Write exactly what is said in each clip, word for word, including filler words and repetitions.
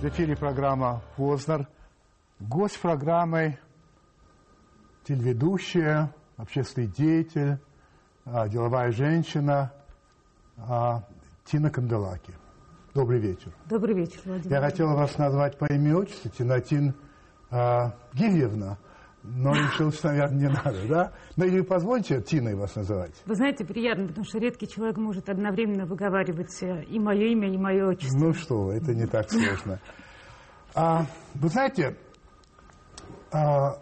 В эфире программа «Познер». Гость программы – телеведущая, общественный деятель, деловая женщина Тина Канделаки. Добрый вечер. Добрый вечер, Владимир. Я хотела вас назвать по имени и отчеству Тинатин Гильевна, но решил, что, наверное, не надо, да? Ну, или позвольте Тиной вас называть. Вы знаете, приятно, потому что редкий человек может одновременно выговаривать и мое имя, и мое отчество. Ну что, это не так сложно. А, вы знаете, а,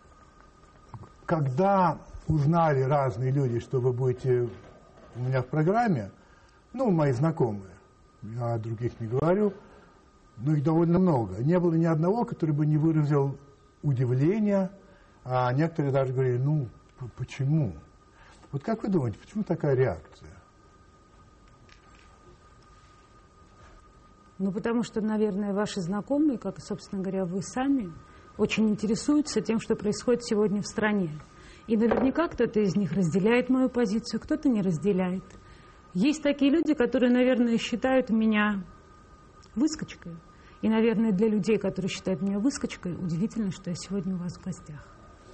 когда узнали разные люди, что вы будете у меня в программе, ну, мои знакомые, я о других не говорю, но их довольно много. Не было ни одного, который бы не выразил удивления, а некоторые даже говорили, ну, почему? Вот как вы думаете, почему такая реакция? Ну, потому что, наверное, ваши знакомые, как, собственно говоря, вы сами, очень интересуются тем, что происходит сегодня в стране. И наверняка кто-то из них разделяет мою позицию, кто-то не разделяет. Есть такие люди, которые, наверное, считают меня выскочкой. И, наверное, для людей, которые считают меня выскочкой, удивительно, что я сегодня у вас в гостях.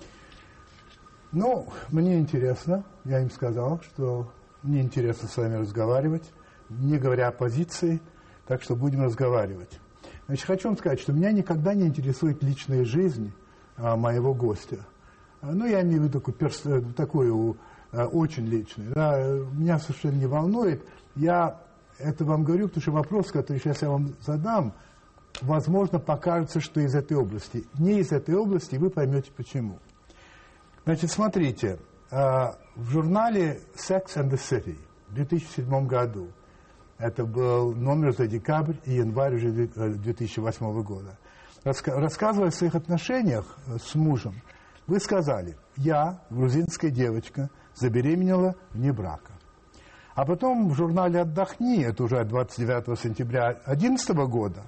Ну, мне интересно, я им сказал, что мне интересно с вами разговаривать, не говоря о позиции, так что будем разговаривать. Значит, хочу вам сказать, что меня никогда не интересует личная жизнь а, моего гостя. Ну, я имею в виду такую, перс... такую а, очень личную. Да, меня совершенно не волнует. Я это вам говорю, потому что вопрос, который сейчас я вам задам, возможно, покажется, что из этой области. Не из этой области, и вы поймете, почему. Значит, смотрите, в журнале Sex and the City в две тысячи седьмом году, это был номер за декабрь и январь уже две тысячи восьмого года, рассказывая о своих отношениях с мужем, вы сказали, я, грузинская девочка, забеременела вне брака. А потом в журнале «Отдохни», это уже двадцать девятого сентября две тысячи одиннадцатого года,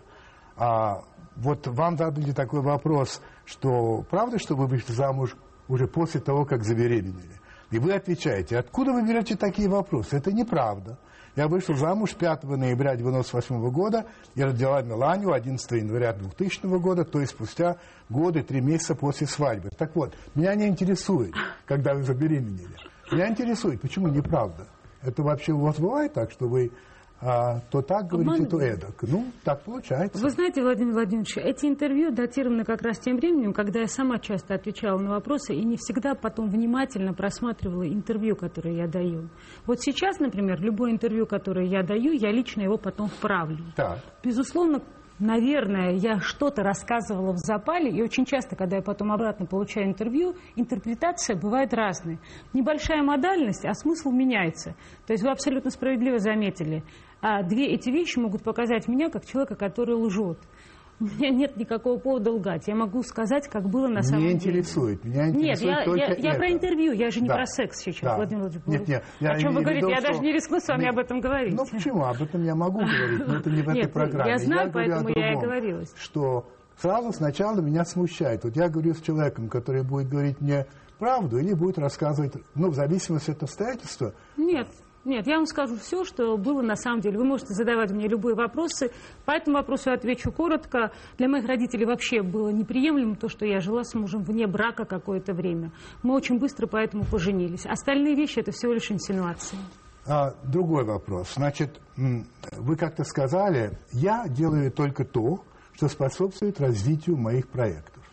а, вот вам задали такой вопрос, что правда, что вы вышли замуж уже после того, как забеременели? И вы отвечаете, откуда вы берете такие вопросы? Это неправда. Я вышел замуж пятого ноября девяносто восьмого года и родила Меланию одиннадцатого января двухтысячного года, то есть спустя годы, три месяца после свадьбы. Так вот, меня не интересует, когда вы забеременели. Меня интересует, почему неправда? Это вообще у вас бывает так, что вы а, то так говорите, то эдак? Ну, так получается. Вы знаете, Владимир Владимирович, эти интервью датированы как раз тем временем, когда я сама часто отвечала на вопросы и не всегда потом внимательно просматривала интервью, которые я даю. Вот сейчас, например, любое интервью, которое я даю, я лично его потом вправлю. Так. Безусловно, наверное, я что-то рассказывала в запале, и очень часто, когда я потом обратно получаю интервью, интерпретация бывает разная. Небольшая модальность, а смысл меняется. То есть вы абсолютно справедливо заметили, а две эти вещи могут показать меня как человека, который лжет. У меня нет никакого повода лгать. Я могу сказать, как было на самом деле. Меня интересует. Меня интересует нет, я, только я, я это. про интервью, я же не да. про секс сейчас, да. Владимир Владимирович. Нет, нет, я о чем вы говорите? Виду, Я что... даже не рискну с вами нет. об этом говорить. Ну почему? Об этом я могу говорить, но это не в этой нет, программе. Я знаю, я поэтому я и говорила. Что сразу сначала меня смущает. Вот я говорю с человеком, который будет говорить мне правду или будет рассказывать, ну, в зависимости от обстоятельства. Нет. Нет, я вам скажу все, что было на самом деле. Вы можете задавать мне любые вопросы. По этому вопросу я отвечу коротко. Для моих родителей вообще было неприемлемо то, что я жила с мужем вне брака какое-то время. Мы очень быстро поэтому поженились. Остальные вещи – это всего лишь инсинуации. А, другой вопрос. Значит, вы как-то сказали, я делаю только то, что способствует развитию моих проектов.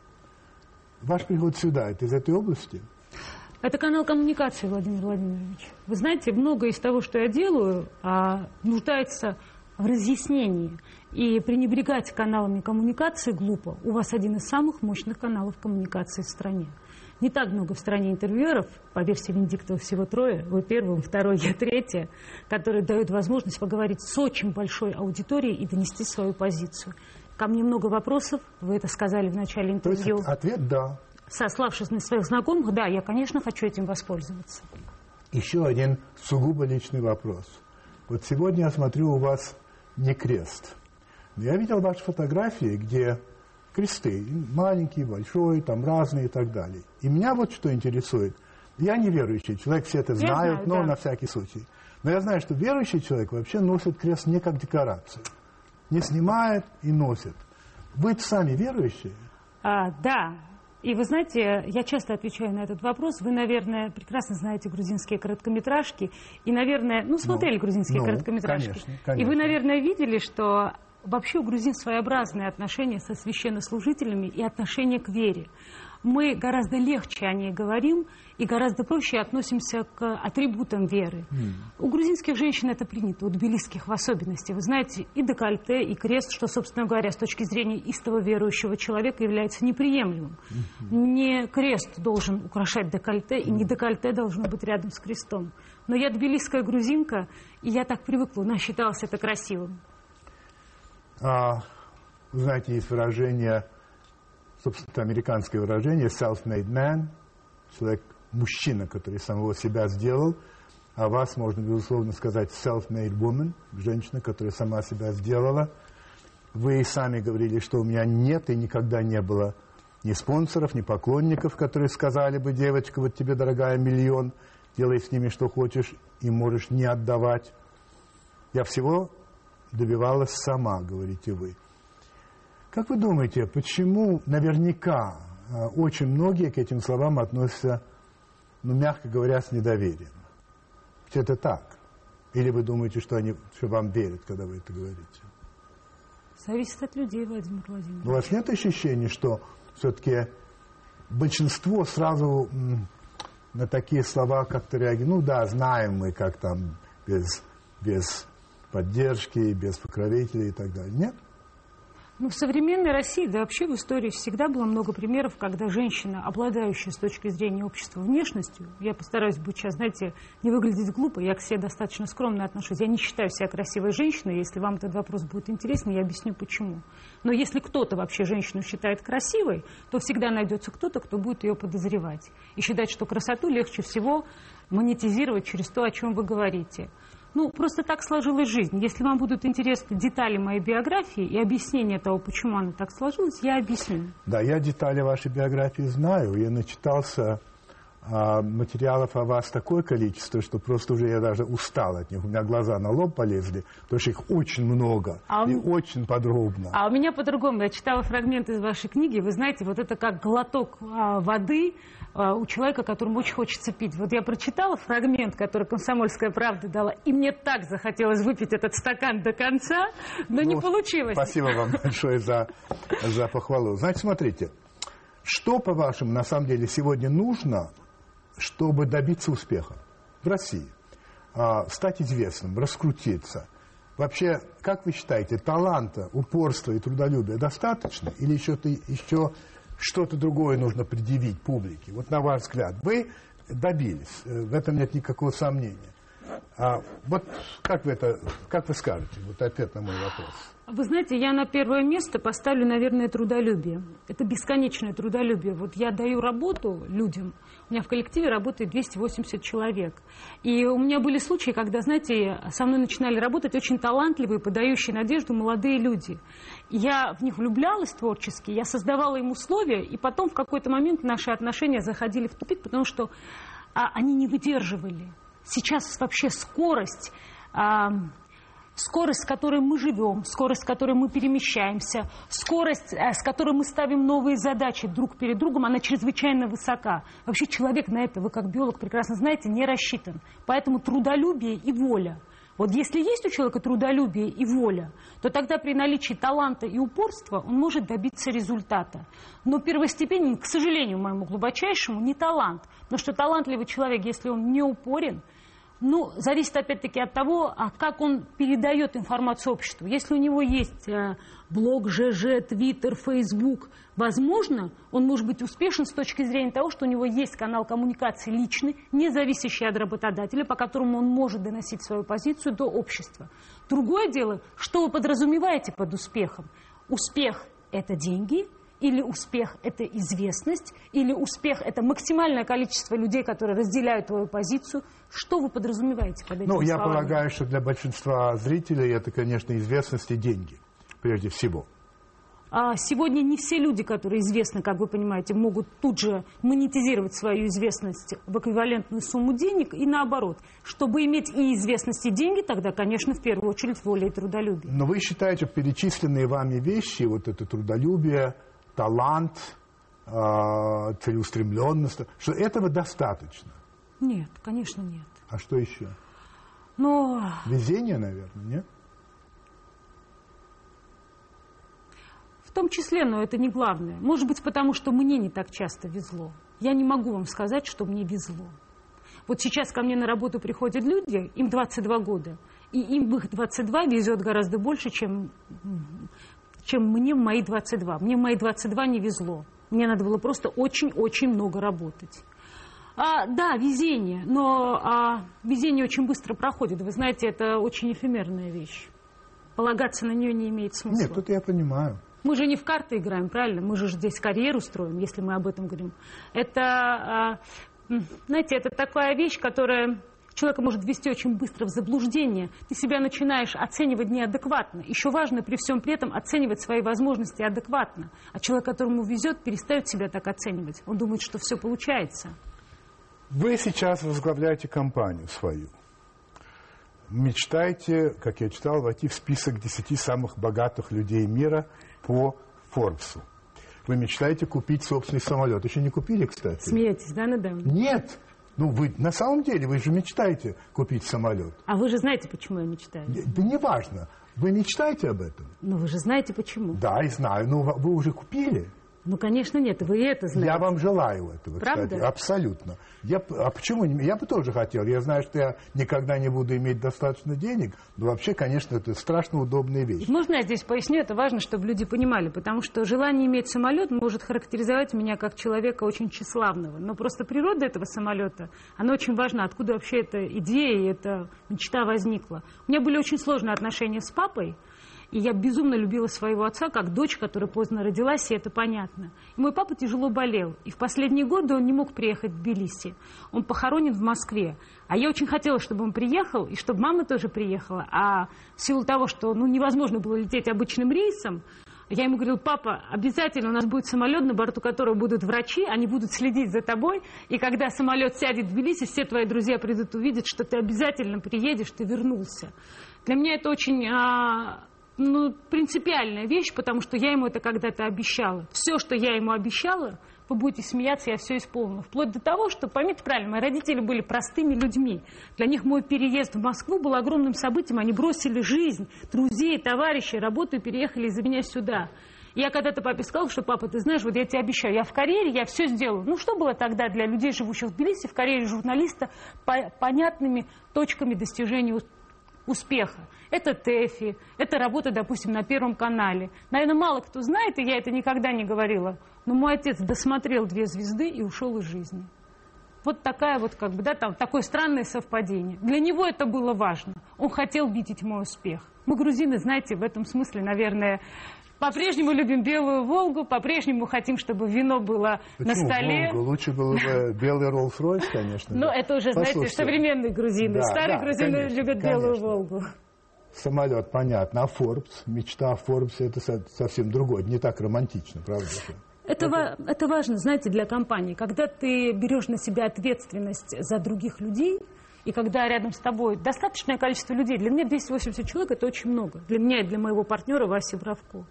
Ваш приход сюда – это из этой области? Это канал коммуникации, Владимир Владимирович. Вы знаете, многое из того, что я делаю, нуждается в разъяснении. И пренебрегать каналами коммуникации глупо. У вас один из самых мощных каналов коммуникации в стране. Не так много в стране интервьюеров, по версии Венедиктова всего трое, вы первый, второй, я третья, которые дают возможность поговорить с очень большой аудиторией и донести свою позицию. Ко мне много вопросов, вы это сказали в начале интервью. То есть ответ «да». Сославшись на своих знакомых, да, я, конечно, хочу этим воспользоваться. Еще один сугубо личный вопрос. Вот сегодня я смотрю, у вас не крест. Но я видел ваши фотографии, где кресты, маленький, большой, там разные и так далее. И меня вот что интересует. Я не верующий человек, все это знают, знаю, но да. на всякий случай. Но я знаю, что верующий человек вообще носит крест не как декорацию. не снимает и носит. Вы сами верующие? А, да. И вы знаете, я часто отвечаю на этот вопрос. Вы, наверное, прекрасно знаете грузинские короткометражки. И, наверное, ну, смотрели ну, грузинские ну, короткометражки. Конечно, конечно. И вы, наверное, видели, что вообще у грузин своеобразные отношения со священнослужителями и отношения к вере. Мы гораздо легче о ней говорим и гораздо проще относимся к атрибутам веры. Mm. У грузинских женщин это принято, у тбилисских в особенности. Вы знаете, и декольте, и крест, что, собственно говоря, с точки зрения истого верующего человека является неприемлемым. Mm-hmm. Не крест должен украшать декольте, и не декольте должно быть рядом с крестом. Но я тбилисская грузинка, и я так привыкла, у нас считалось это красивым. А, вы знаете, есть выражение... Собственно, американское выражение self-made man, человек, мужчина, который самого себя сделал, а вас можно, безусловно, сказать self-made woman, женщина, которая сама себя сделала. Вы сами говорили, что у меня нет и никогда не было ни спонсоров, ни поклонников, которые сказали бы: девочка, вот тебе, дорогая, миллион, делай с ними что хочешь и можешь не отдавать. Я всего добивалась сама, говорите вы. Как вы думаете, почему наверняка очень многие к этим словам относятся, ну, мягко говоря, с недоверием? Ведь это так. Или вы думаете, что они что вам верят, когда вы это говорите? Зависит от людей, Владимир Владимирович. У вас нет ощущения, что все-таки большинство сразу на такие слова как-то реагирует? Ну да, знаем мы, как там без, без поддержки, без покровителей и так далее. Нет? Ну, в современной России, да вообще в истории всегда было много примеров, когда женщина, обладающая с точки зрения общества внешностью, я постараюсь быть сейчас, знаете, не выглядеть глупо, я к себе достаточно скромно отношусь, я не считаю себя красивой женщиной, если вам этот вопрос будет интересен, я объясню почему. Но если кто-то вообще женщину считает красивой, то всегда найдется кто-то, кто будет ее подозревать и считать, что красоту легче всего монетизировать через то, о чем вы говорите. Ну, просто так сложилась жизнь. Если вам будут интересны детали моей биографии и объяснение того, почему она так сложилась, я объясню. Да, я детали вашей биографии знаю. Я начитался а, материалов о вас такое количество, что просто уже я даже устал от них. У меня глаза на лоб полезли, потому что их очень много а и у... очень подробно. А у меня по-другому. Я читала фрагмент из вашей книги. Вы знаете, вот это как глоток а, воды а, у человека, которому очень хочется пить. Вот я прочитала фрагмент, который «Комсомольская правда» дала, и мне так захотелось выпить этот стакан до конца, но ну, не получилось. Спасибо вам большое за, за похвалу. Значит, смотрите, что, по-вашему, на самом деле сегодня нужно, чтобы добиться успеха в России? А, стать известным, раскрутиться. Вообще, как вы считаете, таланта, упорства и трудолюбия достаточно? Или еще, еще что-то другое нужно предъявить публике? Вот на ваш взгляд, вы добились, в этом нет никакого сомнения. А вот как вы это, как вы скажете, вот ответ на мой вопрос? Вы знаете, я на первое место поставлю, наверное, трудолюбие. Это бесконечное трудолюбие. Вот я даю работу людям, у меня в коллективе работает двести восемьдесят человек. И у меня были случаи, когда, знаете, со мной начинали работать очень талантливые, подающие надежду молодые люди. Я в них влюблялась творчески, я создавала им условия, и потом в какой-то момент наши отношения заходили в тупик, потому что а, они не выдерживали. Сейчас вообще скорость, а, скорость, с которой мы живем, скорость, с которой мы перемещаемся, скорость, а, с которой мы ставим новые задачи друг перед другом, она чрезвычайно высока. Вообще человек на это, вы как биолог прекрасно знаете, не рассчитан. Поэтому трудолюбие и воля. Вот если есть у человека трудолюбие и воля, то тогда при наличии таланта и упорства он может добиться результата. Но первостепенен, к сожалению, моему глубочайшему, не талант. Потому что талантливый человек, если он не упорен, ну, зависит опять-таки от того, а как он передает информацию обществу. Если у него есть э, блог, ЖЖ, Твиттер, Фейсбук, возможно, он может быть успешен с точки зрения того, что у него есть канал коммуникации личный, не зависящий от работодателя, по которому он может доносить свою позицию до общества. Другое дело, что вы подразумеваете под успехом. Успех – это деньги, или успех – это известность, или успех – это максимальное количество людей, которые разделяют твою позицию. Что вы подразумеваете под этим Ну, я словами? полагаю, что для большинства зрителей это, конечно, известность и деньги, прежде всего. А сегодня не все люди, которые известны, как вы понимаете, могут тут же монетизировать свою известность в эквивалентную сумму денег и наоборот. Чтобы иметь и известность, и деньги, тогда, конечно, в первую очередь воля и трудолюбие. Но вы считаете, перечисленные вами вещи, вот это трудолюбие, талант, целеустремленность, что этого достаточно? Нет, конечно, нет. А что еще? Но... Везение, наверное, нет? В том числе, но это не главное. Может быть, потому что мне не так часто везло. Я не могу вам сказать, что мне везло. Вот сейчас ко мне на работу приходят люди, им двадцать два года, и им в их двадцать два везет гораздо больше, чем, чем мне в мои двадцать два. Мне в мои двадцать два не везло. Мне надо было просто очень-очень много работать. А, да, везение, но а, везение очень быстро проходит. Вы знаете, это очень эфемерная вещь. Полагаться на нее не имеет смысла. Нет, тут я понимаю. Мы же не в карты играем, правильно? Мы же здесь карьеру строим, если мы об этом говорим. Это, знаете, это такая вещь, которая человека может ввести очень быстро в заблуждение. Ты себя начинаешь оценивать неадекватно. Еще важно при всем при этом оценивать свои возможности адекватно. А человек, которому везет, перестает себя так оценивать. Он думает, что все получается. Вы сейчас возглавляете компанию свою. Мечтаете, как я читал, войти в список десяти самых богатых людей мира по Форбсу. Вы мечтаете купить собственный самолет. Еще не купили, кстати? Смеетесь, да, надо мной? Нет. Ну, вы на самом деле, вы же мечтаете купить самолет. А вы же знаете, почему я мечтаю? Да не важно. Вы мечтаете об этом? Ну, вы же знаете, почему. Да, и знаю. Но вы уже купили? Ну, конечно, нет. Вы и это знаете. Я вам желаю этого, Правда? кстати. Абсолютно. Я, а почему? Я бы тоже хотел. Я знаю, что я никогда не буду иметь достаточно денег. Но вообще, конечно, это страшно удобная вещь. Можно я здесь поясню? Это важно, чтобы люди понимали. Потому что желание иметь самолет может характеризовать меня как человека очень тщеславного. Но просто природа этого самолета, она очень важна. Откуда вообще эта идея и эта мечта возникла. У меня были очень сложные отношения с папой. И я безумно любила своего отца, как дочь, которая поздно родилась, и это понятно. И мой папа тяжело болел. И в последние годы он не мог приехать в Тбилиси. Он похоронен в Москве. А я очень хотела, чтобы он приехал, и чтобы мама тоже приехала. А в силу того, что ну, невозможно было лететь обычным рейсом, я ему говорила: папа, обязательно у нас будет самолет, на борту которого будут врачи, они будут следить за тобой. И когда самолет сядет в Тбилиси, все твои друзья придут, увидят, что ты обязательно приедешь, ты вернулся. Для меня это очень... А... Ну, принципиальная вещь, потому что я ему это когда-то обещала. Все, что я ему обещала, вы будете смеяться, я все исполнила. Вплоть до того, что, поймите правильно, мои родители были простыми людьми. Для них мой переезд в Москву был огромным событием. Они бросили жизнь, друзей, товарищей, работу и переехали из-за меня сюда. И я когда-то папе сказала, что: папа, ты знаешь, вот я тебе обещаю, я в карьере, я все сделаю. Ну, что было тогда для людей, живущих в Тбилиси, в карьере журналиста, по понятными точками достижения успеха? Это ТЭФИ, это работа, допустим, на Первом канале. Наверное, мало кто знает, и я это никогда не говорила, но мой отец досмотрел «Две звезды» и ушел из жизни. Вот такая вот, как бы, да, там, такое странное совпадение. Для него это было важно. Он хотел видеть мой успех. Мы, грузины, знаете, в этом смысле, наверное, по-прежнему любим белую «Волгу», по-прежнему хотим, чтобы вино было Почему на столе. Волгу? Лучше было бы белый Роллс-Ройс, конечно. Ну, это уже, знаете, Послушайте. современные грузины. Да, Старые да, грузины конечно, любят конечно. белую «Волгу». Самолет, понятно. А Forbes, мечта о Forbes, это совсем другое. Не так романтично, правда же? Это, это... это важно, знаете, для компании. Когда ты берешь на себя ответственность за других людей, и когда рядом с тобой достаточное количество людей, для меня двести восемьдесят человек – это очень много. Для меня и для моего партнера Васи Бравко.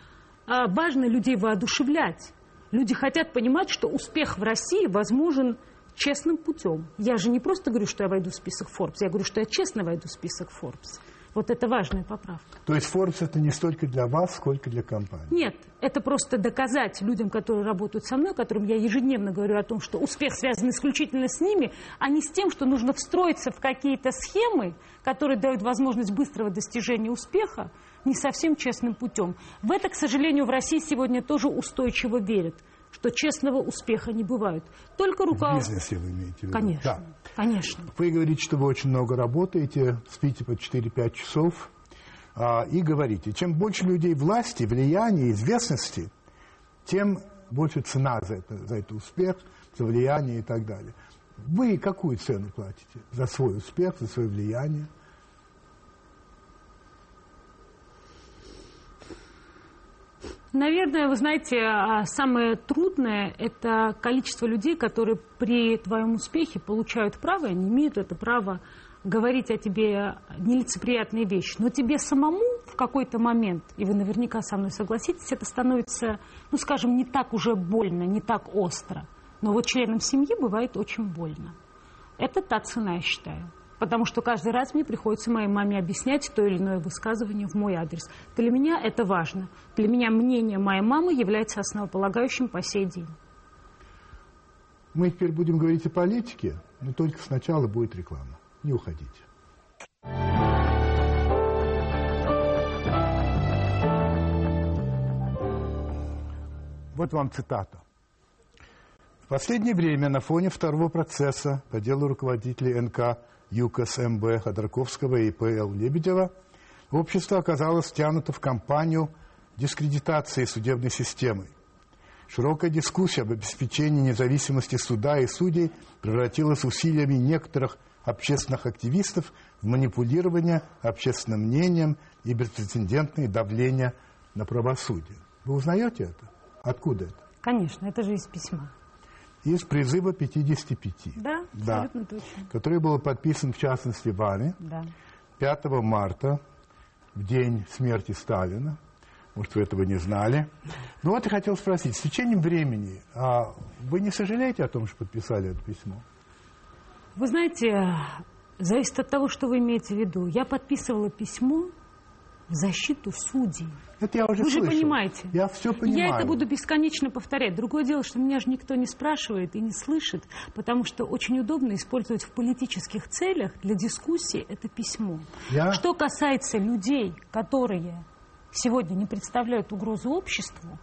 А важно людей воодушевлять. Люди хотят понимать, что успех в России возможен честным путем. Я же не просто говорю, что я войду в список Forbes, я говорю, что я честно войду в список Forbes. Вот это важная поправка. То есть Forbes это не столько для вас, сколько для компании? Нет, это просто доказать людям, которые работают со мной, которым я ежедневно говорю о том, что успех связан исключительно с ними, а не с тем, что нужно встроиться в какие-то схемы, которые дают возможность быстрого достижения успеха, не совсем честным путем. В это, к сожалению, в России сегодня тоже устойчиво верят, что честного успеха не бывает. Только рука... В бизнесе вы имеете в виду? Конечно, Да. конечно. Вы говорите, что вы очень много работаете, спите по четыре-пять часов, а, и говорите, чем больше людей власти, влияния, известности, тем больше цена за это, за это успех, за влияние и так далее. Вы какую цену платите за свой успех, за свое влияние? Наверное, вы знаете, самое трудное – это количество людей, которые при твоем успехе получают право, они имеют это право говорить о тебе нелицеприятные вещи. Но тебе самому в какой-то момент, и вы наверняка со мной согласитесь, это становится, ну, скажем, не так уже больно, не так остро. Но вот членам семьи бывает очень больно. Это та цена, я считаю. Потому что каждый раз мне приходится моей маме объяснять то или иное высказывание в мой адрес. Для меня это важно. Для меня мнение моей мамы является основополагающим по сей день. Мы теперь будем говорить о политике, но только сначала будет реклама. Не уходите. Вот вам цитата. В последнее время на фоне второго процесса по делу руководителей эн ка ЮКОС эм бэ Ходорковского и пэ эл Лебедева общество оказалось втянуто в кампанию дискредитации судебной системы. Широкая дискуссия об обеспечении независимости суда и судей превратилась усилиями некоторых общественных активистов в манипулирование общественным мнением и беспрецедентное давление на правосудие. Вы узнаете это? Откуда это? Конечно, это же из письма. Из призыва пятидесяти пяти. Да, да, абсолютно точно. Который был подписан, в частности, вами да. пятого марта, в день смерти Сталина. Может, вы этого не знали. Ну вот я хотел спросить, с течением времени, а вы не сожалеете о том, что подписали это письмо? Вы знаете, зависит от того, что вы имеете в виду. Я подписывала письмо в защиту судей. Это я уже Вы слышал. же понимаете. Я все понимаю. Я это буду бесконечно повторять. Другое дело, что меня же никто не спрашивает и не слышит, потому что очень удобно использовать в политических целях для дискуссии это письмо. Я... Что касается людей, которые сегодня не представляют угрозу обществу,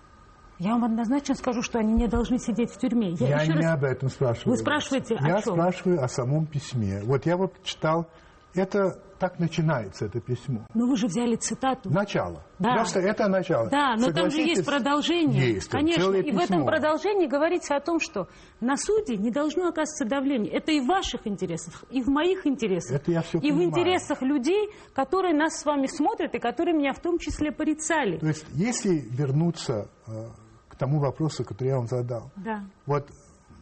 я вам однозначно скажу, что они не должны сидеть в тюрьме. Я, я не раз... об этом спрашиваю. Вы спрашиваете о Я чем? спрашиваю о самом письме. Вот я вот читал, это так начинается, это письмо. Но вы же взяли цитату. Начало. Да. Просто это начало. Да, но там же есть продолжение. Есть. Конечно, и письмо. в этом продолжении говорится о том, что на суде не должно оказываться давление. Это и в ваших интересах, и в моих интересах. Это я все и понимаю. в интересах людей, которые нас с вами смотрят, и которые меня в том числе порицали. То есть, если вернуться э, к тому вопросу, который я вам задал. Да. Вот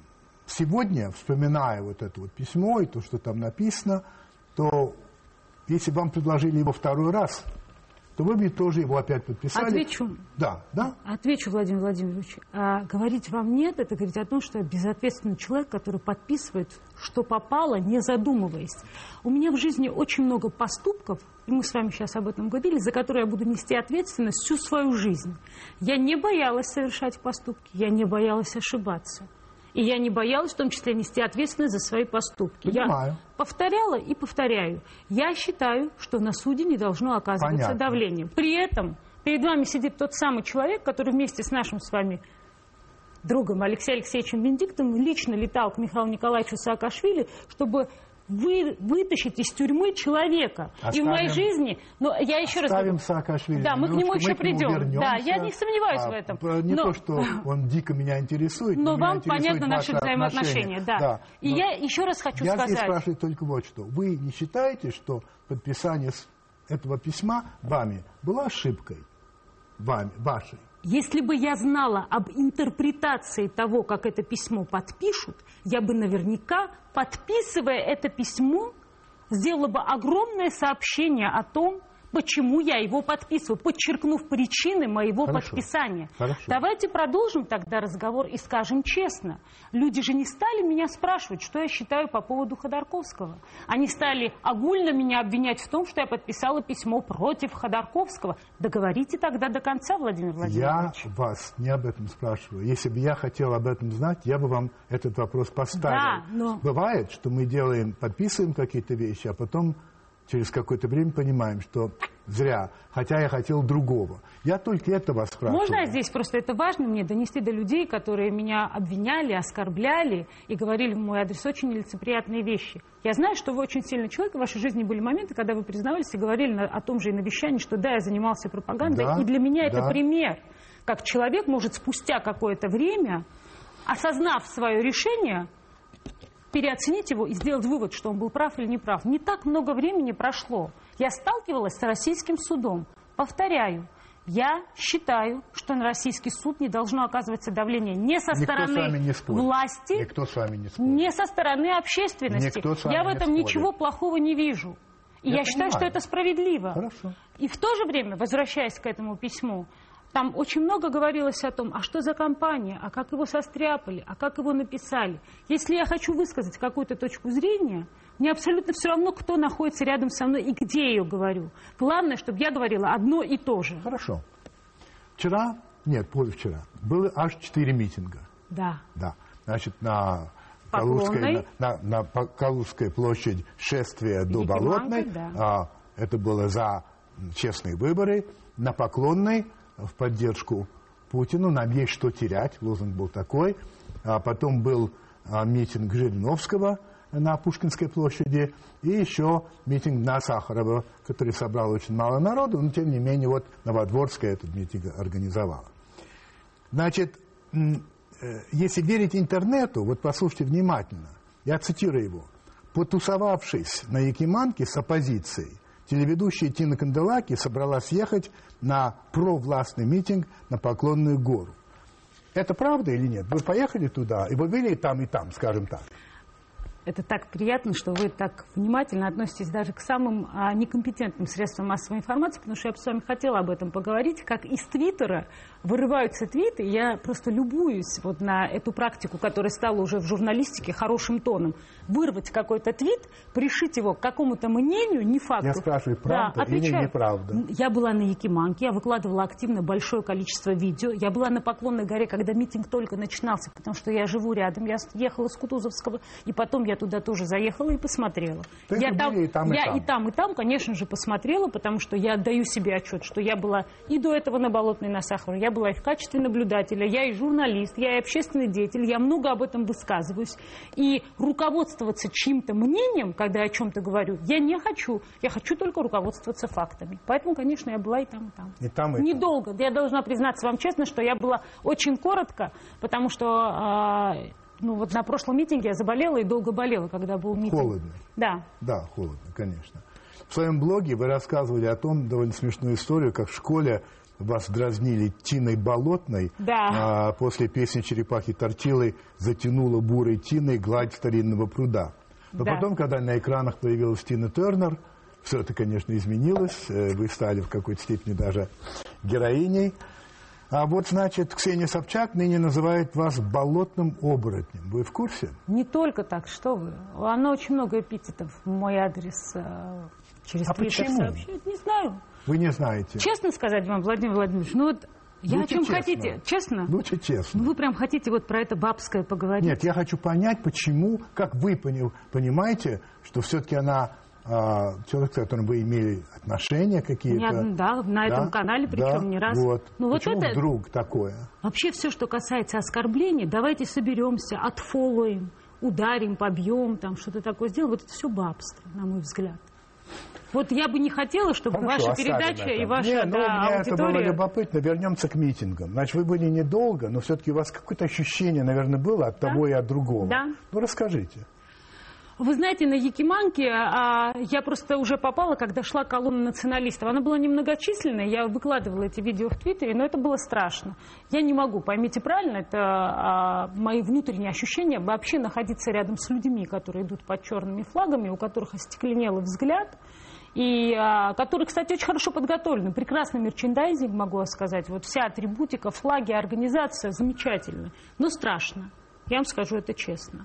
сегодня, вспоминая вот это вот письмо и то, что там написано, то если бы вам предложили его второй раз, то вы бы тоже его опять подписали. Отвечу. Да, да. Отвечу, Владимир Владимирович. А говорить вам нет, это говорить о том, что я безответственный человек, который подписывает, что попало, не задумываясь. У меня в жизни очень много поступков, и мы с вами сейчас об этом говорили, за которые я буду нести ответственность всю свою жизнь. Я не боялась совершать поступки, я не боялась ошибаться. И я не боялась, в том числе, нести ответственность за свои поступки. Понимаю. Я повторяла и повторяю. Я считаю, что на суде не должно оказываться Понятно. давление. При этом перед вами сидит тот самый человек, который вместе с нашим с вами другом Алексеем Алексеевичем Венедиктовым лично летал к Михаилу Николаевичу Саакашвили, чтобы вы, вытащить из тюрьмы человека. Оставим, и в моей жизни... Но я еще раз говорю, Саакашвили. Да, мы к нему еще мы придем. Вернемся. Да, я не сомневаюсь а, в этом. Не но... то, что он дико меня интересует. Но меня вам понятно наши взаимоотношения. Да. Да. И я еще раз хочу я сказать... Я здесь спрашиваю только вот что. Вы не считаете, что подписание этого письма вами было ошибкой? Вами, вашей? Если бы я знала об интерпретации того, как это письмо подпишут, я бы наверняка, подписывая это письмо, сделала бы огромное сообщение о том, почему я его подписываю, подчеркнув причины моего Хорошо. подписания. Хорошо. Давайте продолжим тогда разговор и скажем честно. Люди же не стали меня спрашивать, что я считаю по поводу Ходорковского. Они стали огульно меня обвинять в том, что я подписала письмо против Ходорковского. Договорите тогда до конца, Владимир Владимирович. Я вас не об этом спрашиваю. Если бы я хотел об этом знать, я бы вам этот вопрос поставил. Да, но... Бывает, что мы делаем, подписываем какие-то вещи, а потом... через какое-то время понимаем, что зря, хотя я хотел другого. Я только это вас спрашиваю. Можно здесь просто это важно мне донести до людей, которые меня обвиняли, оскорбляли и говорили в мой адрес очень нелицеприятные вещи. Я знаю, что вы очень сильный человек, в вашей жизни были моменты, когда вы признавались и говорили на, о том же и на вещании, что да, я занимался пропагандой, да, и для меня да. это пример, как человек может спустя какое-то время, осознав свое решение, переоценить его и сделать вывод, что он был прав или не прав. Не так много времени прошло. Я сталкивалась с российским судом. Повторяю, Я считаю, что на российский суд не должно оказываться давление не со Никто стороны не власти, Никто с вами не спорит. не со стороны общественности. Я в этом ничего плохого не вижу. И я, я считаю, что это справедливо. Хорошо. И в то же время, возвращаясь к этому письму, там очень много говорилось о том, а что за компания, а как его состряпали, а как его написали. Если я хочу высказать какую-то точку зрения, мне абсолютно все равно, кто находится рядом со мной и где я ее говорю. Главное, чтобы я говорила одно и то же. Хорошо. Вчера, нет, позавчера, было аж четыре митинга. Да. Да. Значит, на Калужской, на, на, на Калужской площади шествие до Болотной. Да. А, это было за честные выборы. На Поклонной в поддержку Путину. Нам есть что терять. Лозунг был такой. А потом был а, митинг Жириновского на Пушкинской площади. И еще митинг на Сахарова, который собрал очень мало народу. Но, тем не менее, вот Новодворская этот митинг организовала. Значит, если верить интернету, вот послушайте внимательно, я цитирую его. Потусовавшись на Якиманке с оппозицией, телеведущая Тина Канделаки собралась ехать на провластный митинг на Поклонную гору. Это правда или нет? Вы поехали туда, и вы были и там, и там, скажем так. Это так приятно, что вы так внимательно относитесь даже к самым а, некомпетентным средствам массовой информации, потому что я бы с вами хотела об этом поговорить, как из Твиттера вырываются твиты. Я просто любуюсь вот на эту практику, которая стала уже в журналистике хорошим тоном. Вырвать какой-то твит, пришить его к какому-то мнению, не факту. Я спрашиваю, правда да, или неправда? Я была на Якиманке, я выкладывала активно большое количество видео. Я была на Поклонной горе, когда митинг только начинался, потому что я живу рядом. Я ехала с Кутузовского, и потом я туда тоже заехала и посмотрела. Я там, и там, я и там. и там, и там, конечно же, посмотрела, потому что я отдаю себе отчет, что я была и до этого на Болотной, на Сахаровой, я была и в качестве наблюдателя, я и журналист, я и общественный деятель, я много об этом высказываюсь. И руководствоваться чьим-то мнением, когда я о чем-то говорю, я не хочу. Я хочу только руководствоваться фактами. Поэтому, конечно, я была и там, и там. И там, и Недолго. Я должна признаться вам честно, что я была очень коротко, потому что... Э, Ну вот на прошлом митинге я заболела и долго болела, когда был митинг. Холодно. Да. Да, холодно, конечно. В своем блоге вы рассказывали о том, довольно смешную историю, как в школе вас дразнили Тиной Болотной. Да. А после песни «Черепахи Тортилы» затянула бурой Тиной гладь старинного пруда. Но да. потом, когда на экранах появилась Тина Тернер, все это, конечно, изменилось. Вы стали в какой-то степени даже героиней. А вот, значит, Ксения Собчак ныне называет вас болотным оборотнем. Вы в курсе? Не только так, что вы. Она очень много эпитетов в мой адрес э, через а Твиттер почему? сообщает. Не знаю. Вы не знаете. Честно сказать вам, Владимир Владимирович, ну вот я Лучше о чем честно. хотите. Честно? Лучше честно. Ну, вы прям хотите вот про это бабское поговорить? Нет, я хочу понять, почему, как вы пони- понимаете, что все-таки она... человек, с которым вы имели отношения какие-то. Не, да, на этом да? канале, причем да? не раз. Вот. Ну, Почему вот это... вдруг такое? Вообще все, что касается оскорблений, давайте соберемся, отфоллоуем, ударим, побьем, там что-то такое сделаем. Вот это все бабство, на мой взгляд. Вот я бы не хотела, чтобы Хорошо, ваша передача и ваша не, ну, да, мне аудитория... это было любопытно. Вернемся к митингам. Значит, вы были недолго, но все-таки у вас какое-то ощущение, наверное, было от да? того и от другого. Да. Ну, расскажите. Вы знаете, на Якиманке а, я просто уже попала, когда шла колонна националистов. Она была немногочисленная, я выкладывала эти видео в Твиттере, но это было страшно. Я не могу, поймите правильно, это а, мои внутренние ощущения, вообще находиться рядом с людьми, которые идут под черными флагами, у которых остекленелый взгляд, и а, которые, кстати, очень хорошо подготовлены. Прекрасный мерчендайзинг, могу сказать. Вот вся атрибутика, флаги, организация замечательная. Но страшно. Я вам скажу это честно.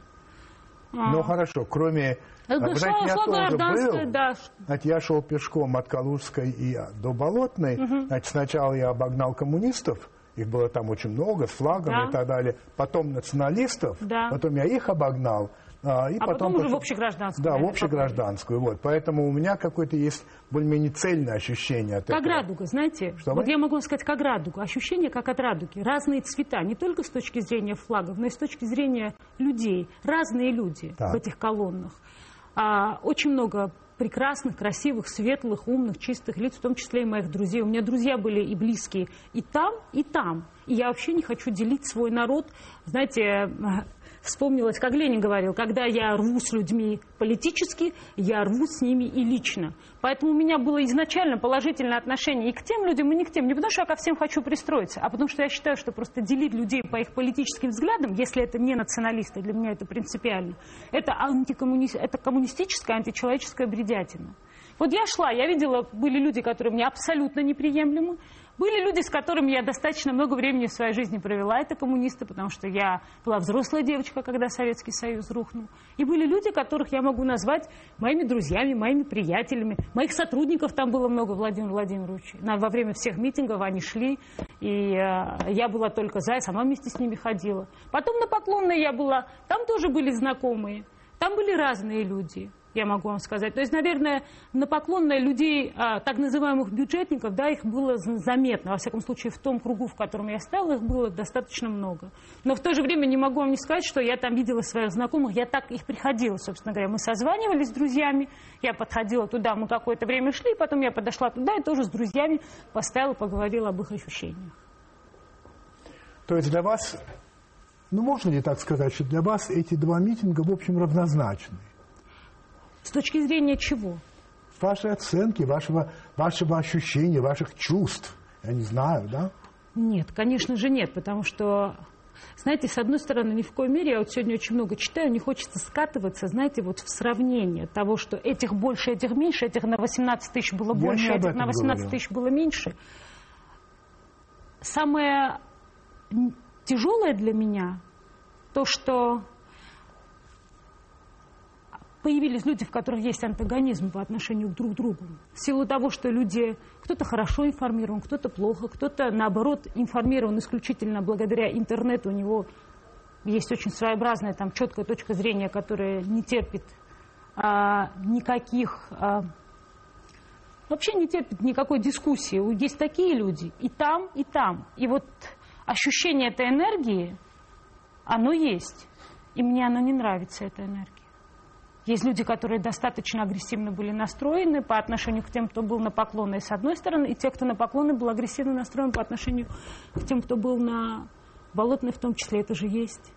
Ну, а. хорошо, кроме... Это знаете, я тоже был. Да. Знаете, я шел пешком от Калужской и до Болотной. Угу. Значит, сначала я обогнал коммунистов, их было там очень много, с флагом да. и так далее. Потом националистов, да. потом я их обогнал. И а потом, потом уже в общегражданскую. Да, в общегражданскую. Вот. Поэтому у меня какое-то есть более-менее цельное ощущение от как этого. Как радуга, знаете? Что вот вы? я могу сказать, как радуга. Ощущение, как от радуги. Разные цвета, не только с точки зрения флагов, но и с точки зрения людей. Разные люди так. в этих колоннах. А, очень много прекрасных, красивых, светлых, умных, чистых лиц, в том числе и моих друзей. У меня друзья были и близкие и там, и там. И я вообще не хочу делить свой народ. Знаете, вспомнилось, как Ленин говорил, когда я рву с людьми политически, я рву с ними и лично. Поэтому у меня было изначально положительное отношение и к тем людям, и не к тем. Не потому, что я ко всем хочу пристроиться, а потому что я считаю, что просто делить людей по их политическим взглядам, если это не националисты, для меня это принципиально, это, антикоммуни... это коммунистическая, античеловеческая бредятина. Вот я шла, я видела, были люди, которые мне абсолютно неприемлемы. Были люди, с которыми я достаточно много времени в своей жизни провела. Это коммунисты, потому что я была взрослая девочка, когда Советский Союз рухнул. И были люди, которых я могу назвать моими друзьями, моими приятелями. Моих сотрудников там было много, Владимир Владимирович. Во время всех митингов они шли, и я была только за, я сама вместе с ними ходила. Потом на Поклонной я была, там тоже были знакомые, там были разные люди. Я могу вам сказать. То есть, наверное, на Поклонной людей, а, так называемых бюджетников, да, их было заметно. Во всяком случае, в том кругу, в котором я стала, их было достаточно много. Но в то же время не могу вам не сказать, что я там видела своих знакомых. Я так их приходила, собственно говоря. Мы созванивались с друзьями, я подходила туда, мы какое-то время шли, потом я подошла туда и тоже с друзьями поставила, поговорила об их ощущениях. То есть для вас, ну можно ли так сказать, что для вас эти два митинга, в общем, равнозначны? С точки зрения чего? Вашей оценки, вашего, вашего ощущения, ваших чувств. Я не знаю, да? Нет, конечно же нет, потому что, знаете, с одной стороны, ни в коей мере, я вот сегодня очень много читаю, не хочется скатываться, знаете, вот в сравнение того, что этих больше, этих меньше, этих на восемнадцать тысяч было больше, этих на восемнадцать тысяч было меньше. Самое тяжелое для меня то, что появились люди, в которых есть антагонизм по отношению друг к другу. В силу того, что люди, кто-то хорошо информирован, кто-то плохо, кто-то, наоборот, информирован исключительно благодаря интернету. У него есть очень своеобразная, там, четкая точка зрения, которая не терпит а, никаких... А, вообще не терпит никакой дискуссии. Есть такие люди и там, и там. И вот ощущение этой энергии, оно есть. И мне оно не нравится, эта энергия. Есть люди, которые достаточно агрессивно были настроены по отношению к тем, кто был на Поклонной, с одной стороны, и те, кто на Поклонной, был агрессивно настроен по отношению к тем, кто был на Болотной, в том числе. Это же есть.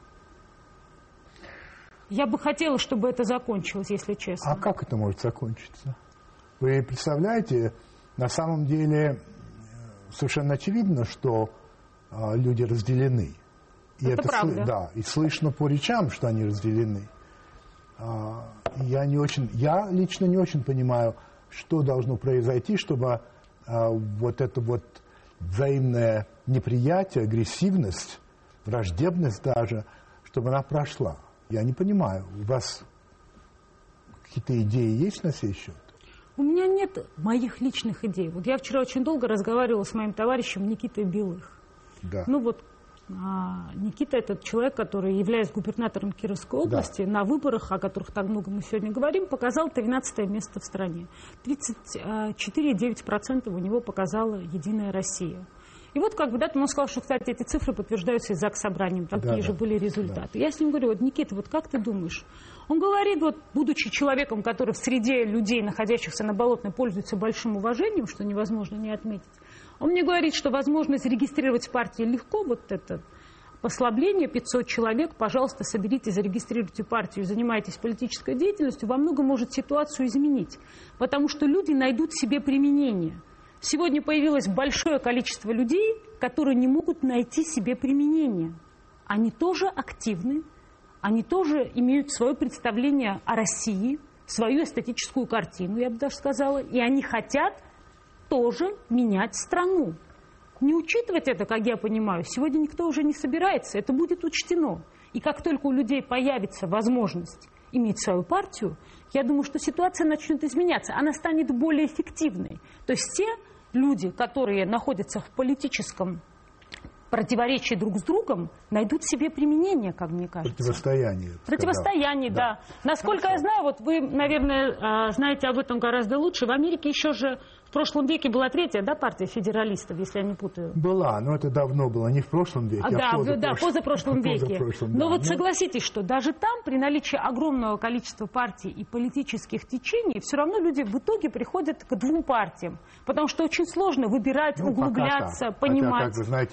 Я бы хотела, чтобы это закончилось, если честно. А как это может закончиться? Вы представляете, на самом деле совершенно очевидно, что э, люди разделены. И это, это правда. Да, и слышно по речам, что они разделены. Я, не очень, я лично не очень понимаю, что должно произойти, чтобы а, вот это вот взаимное неприятие, агрессивность, враждебность даже, чтобы она прошла. Я не понимаю, у вас какие-то идеи есть на сей счет? У меня нет моих личных идей. Вот я вчера очень долго разговаривала с моим товарищем Никитой Белых. Да. Ну вот А Никита – это человек, который, являясь губернатором Кировской области, да, на выборах, о которых так много мы сегодня говорим, показал тринадцатое место в стране. тридцать четыре целых девять десятых процента у него показала «Единая Россия». И вот как бы, да, он сказал, что, кстати, эти цифры подтверждаются и Заксобранием, такие да, же да, были результаты. Да. Я с ним говорю, вот, Никита, вот как ты думаешь? Он говорит, вот, будучи человеком, который в среде людей, находящихся на Болотной, пользуется большим уважением, что невозможно не отметить, он мне говорит, что возможно зарегистрировать партии легко, вот это послабление, пятьсот человек, пожалуйста, соберите, зарегистрируйте партию, занимайтесь политической деятельностью, во многом может ситуацию изменить, потому что люди найдут себе применение. Сегодня появилось большое количество людей, которые не могут найти себе применение. Они тоже активны, они тоже имеют свое представление о России, свою эстетическую картину, я бы даже сказала, и они хотят тоже менять страну. Не учитывать это, как я понимаю, сегодня никто уже не собирается, это будет учтено. И как только у людей появится возможность иметь свою партию, я думаю, что ситуация начнет изменяться, она станет более эффективной. То есть те люди, которые находятся в политическом противоречии друг с другом, найдут себе применение, как мне кажется. Противостояние. Противостояние, да. да. Насколько Хорошо. я знаю, вот вы, наверное, знаете об этом гораздо лучше. В Америке еще же в прошлом веке была третья, да, партия федералистов, если я не путаю. Была, но это давно было, не в прошлом веке, а, а да, в позапрошлом, да, позапрошлом веке. Позапрошлом, но да. вот ну... согласитесь, что даже там, при наличии огромного количества партий и политических течений, все равно люди в итоге приходят к двум партиям. Потому что очень сложно выбирать, ну, углубляться, понимать. Хотя, как вы знаете, в Европе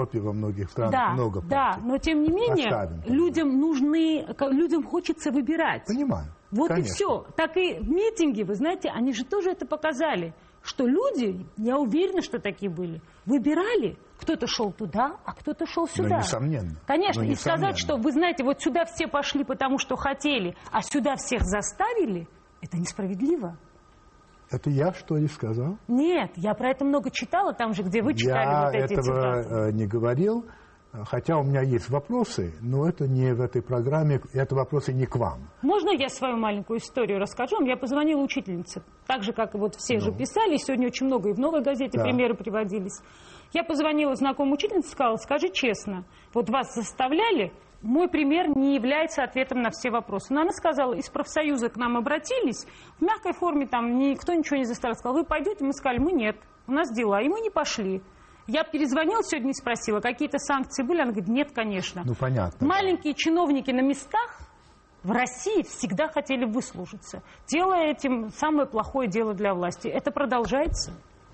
Европе, во многих странах да, много партий. Да, но тем не менее, Оставим, людям нужны, людям хочется выбирать. Понимаю. Вот конечно. И все. Так и митинги, вы знаете, они же тоже это показали, что люди, я уверена, что такие были, выбирали. Кто-то шел туда, а кто-то шел сюда. Ну, несомненно. Конечно, ну, и сказать, что, вы знаете, вот сюда все пошли, потому что хотели, а сюда всех заставили, это несправедливо. Это я, что ли, сказал? Нет, я про это много читала, там же, где вы читали я вот эти этого цитаты. не говорил, хотя у меня есть вопросы, но это не в этой программе, это вопросы не к вам. Можно я свою маленькую историю расскажу? Я позвонила учительнице, так же, как и вот все ну. же писали, сегодня очень много и в «Новой газете» да. примеры приводились. Я позвонила знакомой учительнице, сказала, скажи честно, вот вас заставляли, мой пример не является ответом на все вопросы. Но она сказала, из профсоюза к нам обратились, в мягкой форме там никто ничего не заставил. Сказал, вы пойдете? Мы сказали, мы нет, у нас дела, и мы не пошли. Я перезвонила сегодня и спросила, какие-то санкции были? Она говорит, нет, конечно. Ну, понятно. Маленькие да. чиновники на местах в России всегда хотели выслужиться, делая этим самое плохое дело для власти. Это продолжается.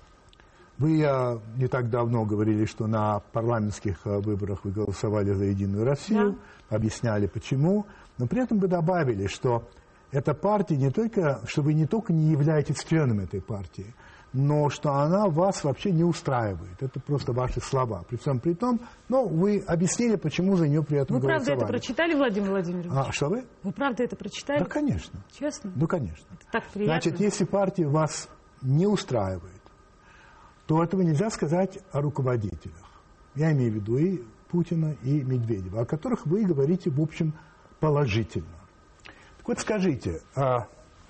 Вы а, не так давно говорили, что на парламентских а, выборах вы голосовали за «Единую Россию», да. объясняли почему, но при этом вы добавили, что эта партия не только, что вы не только не являетесь членом этой партии, но что она вас вообще не устраивает. Это просто ваши слова. При всем при том, но вы объяснили, почему за нее при этом вы голосовали. Вы правда это прочитали, Владимир Владимирович? А, что вы? Вы правда это прочитали? Да, конечно. Честно? Ну, конечно. Это так приятно. Значит, если партия вас не устраивает, то этого нельзя сказать о руководителях. Я имею в виду и Путина, и Медведева, о которых вы говорите, в общем, положительно. Так вот скажите, а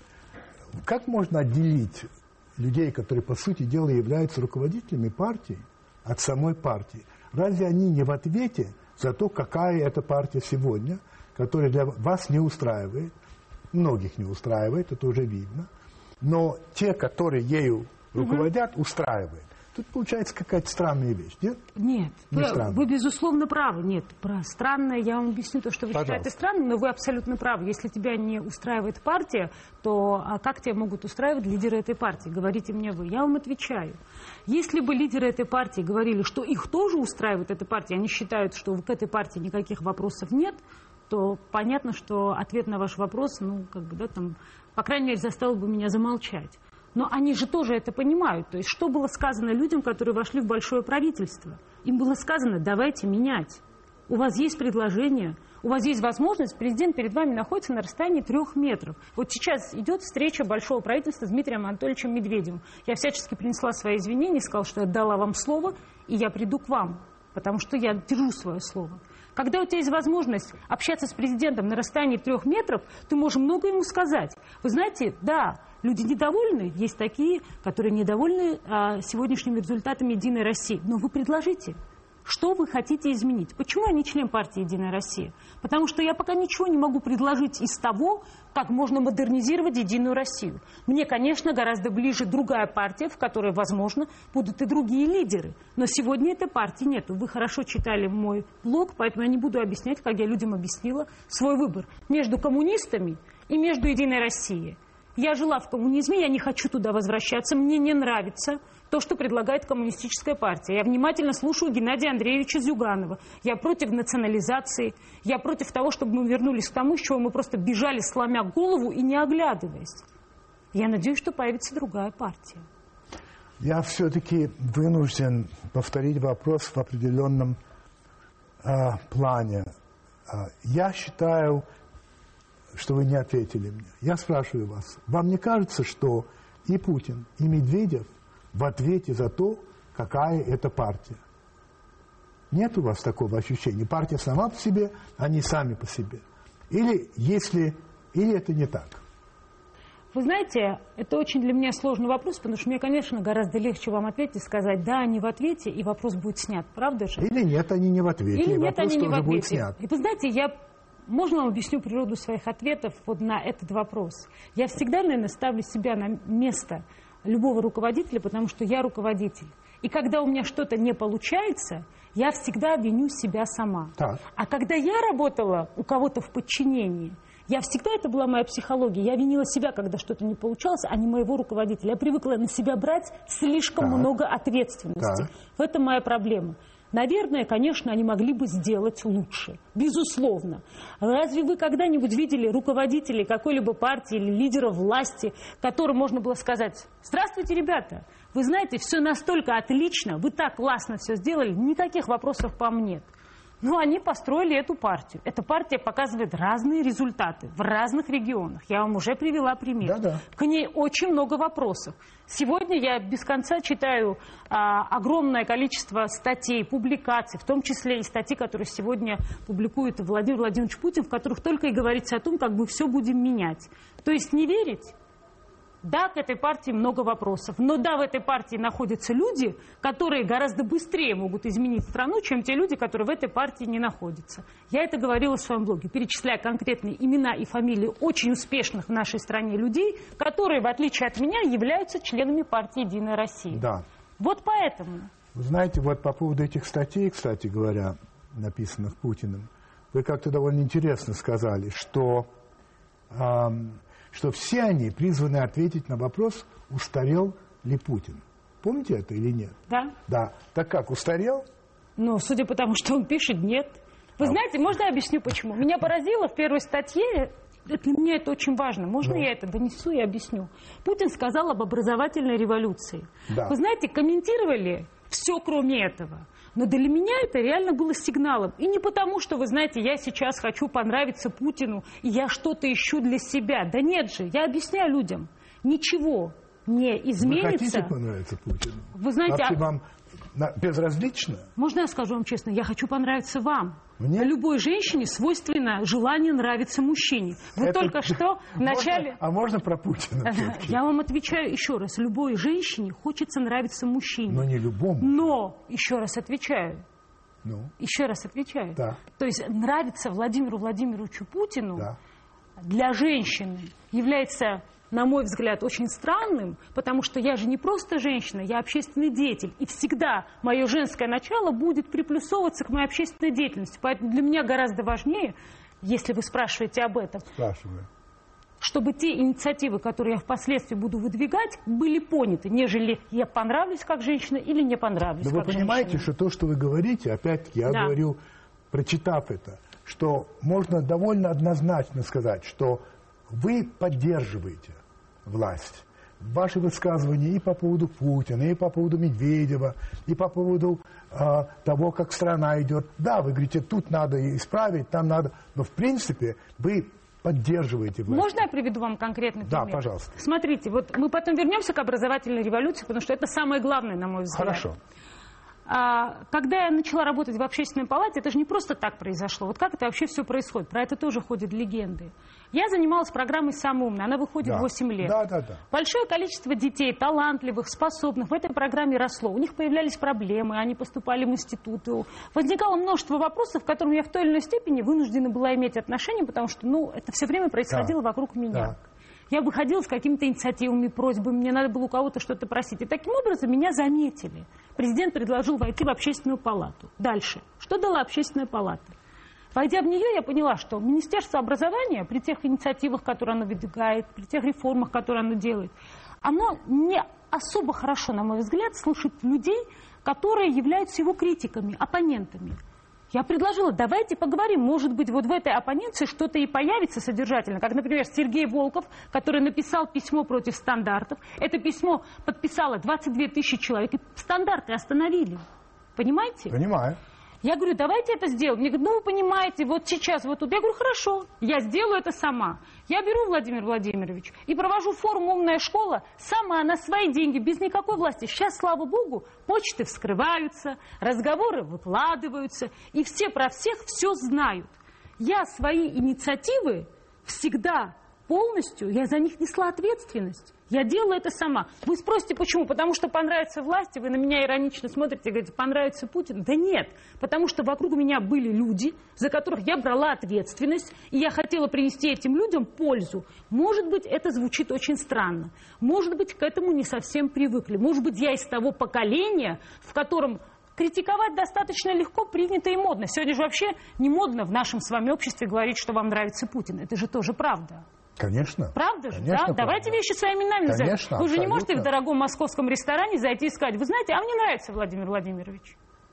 как можно отделить людей, которые, по сути дела, являются руководителями партии, от самой партии? Разве они не в ответе за то, какая это партия сегодня, которая для вас не устраивает, многих не устраивает, это уже видно, но те, которые ею руководят, угу. устраивает. Тут получается какая-то странная вещь, нет? Нет, не вы, вы безусловно правы. Нет, про странное я вам объясню то, что вы Пожалуйста. считаете странным, но вы абсолютно правы. Если тебя не устраивает партия, то а как тебя могут устраивать лидеры этой партии? Говорите мне вы. Я вам отвечаю. Если бы лидеры этой партии говорили, что их тоже устраивает эта партия, они считают, что к этой партии никаких вопросов нет, то понятно, что ответ на ваш вопрос, ну, как бы, да, там, по крайней мере, заставил бы меня замолчать. Но они же тоже это понимают. То есть что было сказано людям, которые вошли в большое правительство? Им было сказано, давайте менять. У вас есть предложение, у вас есть возможность, президент перед вами находится на расстоянии трех метров. Вот сейчас идет встреча большого правительства с Дмитрием Анатольевичем Медведевым. Я всячески принесла свои извинения, сказала, что я дала вам слово, и я приду к вам, потому что я держу свое слово. Когда у тебя есть возможность общаться с президентом на расстоянии трех метров, ты можешь много ему сказать. Вы знаете, да, люди недовольны, есть такие, которые недовольны а, сегодняшними результатами «Единой России». Но вы предложите, что вы хотите изменить. Почему я не член партии «Единая Россия»? Потому что я пока ничего не могу предложить из того, как можно модернизировать «Единую Россию». Мне, конечно, гораздо ближе другая партия, в которой, возможно, будут и другие лидеры. Но сегодня этой партии нету. Вы хорошо читали мой блог, поэтому я не буду объяснять, как я людям объяснила свой выбор между коммунистами и между «Единой Россией». Я жила в коммунизме, я не хочу туда возвращаться, мне не нравится то, что предлагает коммунистическая партия. Я внимательно слушаю Геннадия Андреевича Зюганова. Я против национализации, я против того, чтобы мы вернулись к тому, с чего мы просто бежали, сломя голову и не оглядываясь. Я надеюсь, что появится другая партия. Я все-таки вынужден повторить вопрос в определенном э, плане. Э, я считаю, что вы не ответили мне. Я спрашиваю вас, вам не кажется, что и Путин, и Медведев в ответе за то, какая это партия? Нет у вас такого ощущения? Партия сама по себе, они сами по себе. Или, если, или это не так? Вы знаете, это очень для меня сложный вопрос, потому что мне, конечно, гораздо легче вам ответить и сказать, да, они в ответе, и вопрос будет снят. Правда же? Или нет, они не в ответе, Или и нет, вопрос они не тоже в ответе. будет снят. И вы знаете, я... Можно вам объясню природу своих ответов вот на этот вопрос? Я всегда, наверное, ставлю себя на место любого руководителя, потому что я руководитель. И когда у меня что-то не получается, я всегда виню себя сама. Так. А когда я работала у кого-то в подчинении, я всегда, это была моя психология, я винила себя, когда что-то не получалось, а не моего руководителя. Я привыкла на себя брать слишком так. много ответственности. Так. В этом моя проблема. Наверное, конечно, они могли бы сделать лучше. Безусловно. Разве вы когда-нибудь видели руководителей какой-либо партии или лидера власти, которым можно было сказать: «Здравствуйте, ребята, вы знаете, все настолько отлично, вы так классно все сделали, никаких вопросов по мне». Но они построили эту партию. Эта партия показывает разные результаты в разных регионах. Я вам уже привела пример. Да-да. К ней очень много вопросов. Сегодня я без конца читаю а, огромное количество статей, публикаций, в том числе и статьи, которые сегодня публикует Владимир Владимирович Путин, в которых только и говорится о том, как мы все будем менять. То есть не верить? Да, к этой партии много вопросов. Но да, в этой партии находятся люди, которые гораздо быстрее могут изменить страну, чем те люди, которые в этой партии не находятся. Я это говорила в своем блоге, перечисляя конкретные имена и фамилии очень успешных в нашей стране людей, которые, в отличие от меня, являются членами партии «Единая Россия». Да. Вот поэтому. Вы знаете, вот по поводу этих статей, кстати говоря, написанных Путиным, вы как-то довольно интересно сказали, что... Эм, что все они призваны ответить на вопрос, устарел ли Путин. Помните это или нет? Да. Да. Так как, устарел? Ну, судя по тому, что он пишет, нет. Вы а... знаете, можно я объясню, почему? Меня поразило в первой статье, для меня это очень важно, можно ну. я это донесу и объясню. Путин сказал об образовательной революции. Да. Вы знаете, комментировали все, кроме этого. Но для меня это реально было сигналом. И не потому, что, вы знаете, я сейчас хочу понравиться Путину, и я что-то ищу для себя. Да нет же, я объясняю людям, ничего не изменится. Вы хотите понравиться Путину? Вы знаете, Вообще а... вам безразлично? Можно я скажу вам честно? Я хочу понравиться вам. Мне? Любой женщине свойственно желание нравиться мужчине. Вы это... только что в начале... Можно... А можно про Путина? Я вам отвечаю еще раз. Любой женщине хочется нравиться мужчине. Но не любому. Но, еще раз отвечаю. Ну? Еще раз отвечаю. Да. То есть нравится Владимиру Владимировичу Путину да. для женщины является, на мой взгляд, очень странным, потому что я же не просто женщина, я общественный деятель. И всегда мое женское начало будет приплюсовываться к моей общественной деятельности. Поэтому для меня гораздо важнее, если вы спрашиваете об этом, спрашиваю, чтобы те инициативы, которые я впоследствии буду выдвигать, были поняты, нежели я понравлюсь как женщина или не понравлюсь как женщина. Но вы понимаете, женщина. что то, что вы говорите, опять-таки, я да. говорю, прочитав это, что можно довольно однозначно сказать, что вы поддерживаете власть. Ваши высказывания и по поводу Путина, и по поводу Медведева, и по поводу э, того, как страна идет. Да, вы говорите, тут надо исправить, там надо. Но в принципе вы поддерживаете власть. Можно я приведу вам конкретный пример? Да, пожалуйста. Смотрите, вот мы потом вернемся к образовательной революции, потому что это самое главное, на мой взгляд. Хорошо. Когда я начала работать в общественной палате, это же не просто так произошло. Вот как это вообще все происходит? Про это тоже ходят легенды. Я занималась программой «Самый умный». Она выходит да. восемь лет. Да, да, да. Большое количество детей, талантливых, способных в этой программе росло. У них появлялись проблемы, они поступали в институты. Возникало множество вопросов, к которым я в той или иной степени вынуждена была иметь отношение, потому что ну, это все время происходило да. вокруг меня. Да. Я выходила с какими-то инициативами, просьбами, мне надо было у кого-то что-то просить. И таким образом меня заметили. Президент предложил войти в общественную палату. Дальше. Что дала общественная палата? Войдя в нее, я поняла, что Министерство образования при тех инициативах, которые оно выдвигает, при тех реформах, которые оно делает, оно не особо хорошо, на мой взгляд, слышит людей, которые являются его критиками, оппонентами. Я предложила, давайте поговорим, может быть, вот в этой оппоненции что-то и появится содержательно. Как, например, Сергей Волков, который написал письмо против стандартов. Это письмо подписало двадцать две тысячи человек, и стандарты остановили. Понимаете? Понимаю. Я говорю, давайте это сделаем. Мне говорят, ну вы понимаете, вот сейчас вот тут. Я говорю, хорошо, я сделаю это сама. Я беру, Владимир Владимирович, и провожу форум «Умная школа» сама, на свои деньги, без никакой власти. Сейчас, слава богу, почты вскрываются, разговоры выкладываются, и все про всех все знают. Я свои инициативы всегда полностью, я за них несла ответственность. Я делала это сама. Вы спросите, почему? Потому что понравится власти, вы на меня иронично смотрите и говорите, понравится Путин. Да нет, потому что вокруг меня были люди, за которых я брала ответственность, и я хотела принести этим людям пользу. Может быть, это звучит очень странно. Может быть, к этому не совсем привыкли. Может быть, я из того поколения, в котором критиковать достаточно легко, принято и модно. Сегодня же вообще не модно в нашем с вами обществе говорить, что вам нравится Путин. Это же тоже правда. Конечно. Правда же, Конечно, да? правда. Давайте вещи своими именами назовем. Конечно, Вы же абсолютно. не можете в дорогом московском ресторане зайти и сказать, вы знаете, а мне нравится Владимир Владимирович.